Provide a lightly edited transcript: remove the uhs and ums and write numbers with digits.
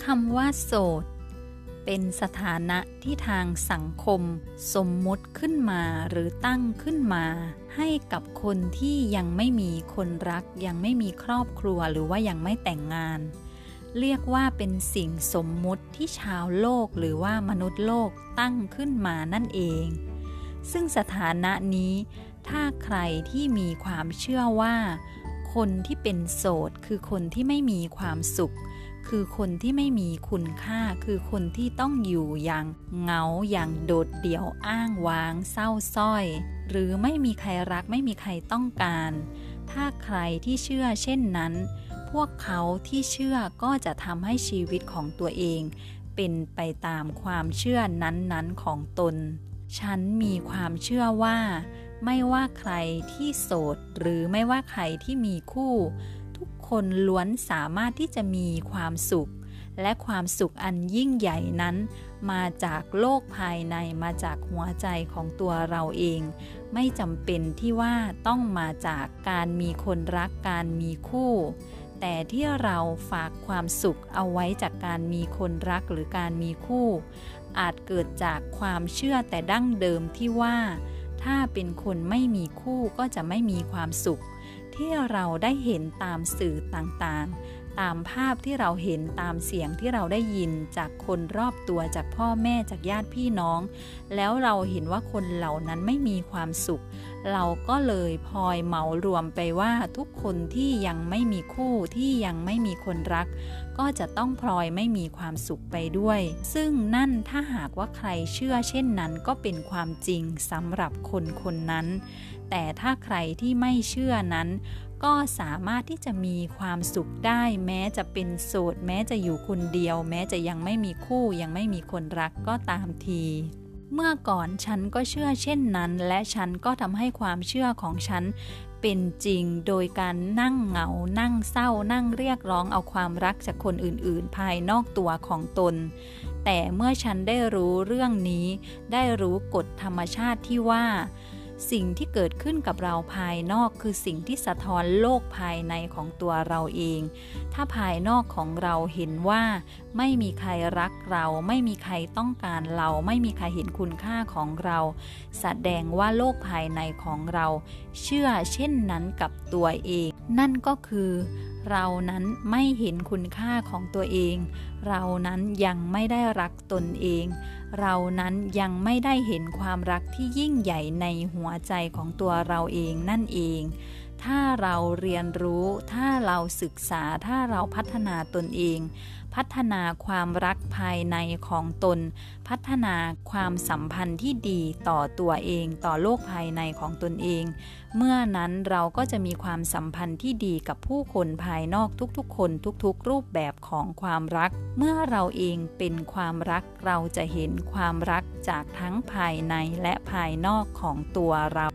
คำว่าโสดเป็นสถานะที่ทางสังคมสมมุติขึ้นมาหรือตั้งขึ้นมาให้กับคนที่ยังไม่มีคนรักยังไม่มีครอบครัวหรือว่ายังไม่แต่งงานเรียกว่าเป็นสิ่งสมมุติที่ชาวโลกหรือว่ามนุษย์โลกตั้งขึ้นมานั่นเองซึ่งสถานะนี้ถ้าใครที่มีความเชื่อว่าคนที่เป็นโสดคือคนที่ไม่มีความสุขคือคนที่ไม่มีคุณค่าคือคนที่ต้องอยู่อย่างเหงาอย่างโดดเดี่ยวอ้างว้างเศร้าส้อยหรือไม่มีใครรักไม่มีใครต้องการถ้าใครที่เชื่อเช่นนั้นพวกเขาที่เชื่อก็จะทำให้ชีวิตของตัวเองเป็นไปตามความเชื่อนั้นๆของตนฉันมีความเชื่อว่าไม่ว่าใครที่โสดหรือไม่ว่าใครที่มีคู่ทุกคนล้วนสามารถที่จะมีความสุขและความสุขอันยิ่งใหญ่นั้นมาจากโลกภายในมาจากหัวใจของตัวเราเองไม่จำเป็นที่ว่าต้องมาจากการมีคนรักการมีคู่แต่ที่เราฝากความสุขเอาไว้จากการมีคนรักหรือการมีคู่อาจเกิดจากความเชื่อแต่ดั้งเดิมที่ว่าถ้าเป็นคนไม่มีคู่ก็จะไม่มีความสุขที่เราได้เห็นตามสื่อต่างๆตามภาพที่เราเห็นตามเสียงที่เราได้ยินจากคนรอบตัวจากพ่อแม่จากญาติพี่น้องแล้วเราเห็นว่าคนเหล่านั้นไม่มีความสุขเราก็เลยพลอยเหมารวมไปว่าทุกคนที่ยังไม่มีคู่ที่ยังไม่มีคนรักก็จะต้องพลอยไม่มีความสุขไปด้วยซึ่งนั่นถ้าหากว่าใครเชื่อเช่นนั้นก็เป็นความจริงสำหรับคนคนนั้นแต่ถ้าใครที่ไม่เชื่อนั้นก็สามารถที่จะมีความสุขได้แม้จะเป็นโสดแม้จะอยู่คนเดียวแม้จะยังไม่มีคู่ยังไม่มีคนรักก็ตามทีเมื่อก่อนฉันก็เชื่อเช่นนั้นและฉันก็ทำให้ความเชื่อของฉันเป็นจริงโดยการนั่งเหงานั่งเศร้านั่งเรียกร้องเอาความรักจากคนอื่นๆภายนอกตัวของตนแต่เมื่อฉันได้รู้เรื่องนี้ได้รู้กฎธรรมชาติที่ว่าสิ่งที่เกิดขึ้นกับเราภายนอกคือสิ่งที่สะท้อนโลกภายในของตัวเราเองถ้าภายนอกของเราเห็นว่าไม่มีใครรักเราไม่มีใครต้องการเราไม่มีใครเห็นคุณค่าของเราแสดงว่าโลกภายในของเราเชื่อเช่นนั้นกับตัวเองนั่นก็คือเรานั้นไม่เห็นคุณค่าของตัวเองเรานั้นยังไม่ได้รักตนเองเรานั้นยังไม่ได้เห็นความรักที่ยิ่งใหญ่ในหัวใจของตัวเราเองนั่นเองถ้าเราเรียนรู้ถ้าเราศึกษาถ้าเราพัฒนาตนเองพัฒนาความรักภายในของตนพัฒนาความสัมพันธ์ที่ดีต่อตัวเองต่อโลกภายในของตนเองเมื่อนั้นเราก็จะมีความสัมพันธ์ที่ดีกับผู้คนภายนอกทุกๆคนทุกๆรูปแบบของความรักเมื่อเราเองเป็นความรักเราจะเห็นความรักจากทั้งภายในและภายนอกของตัวเรา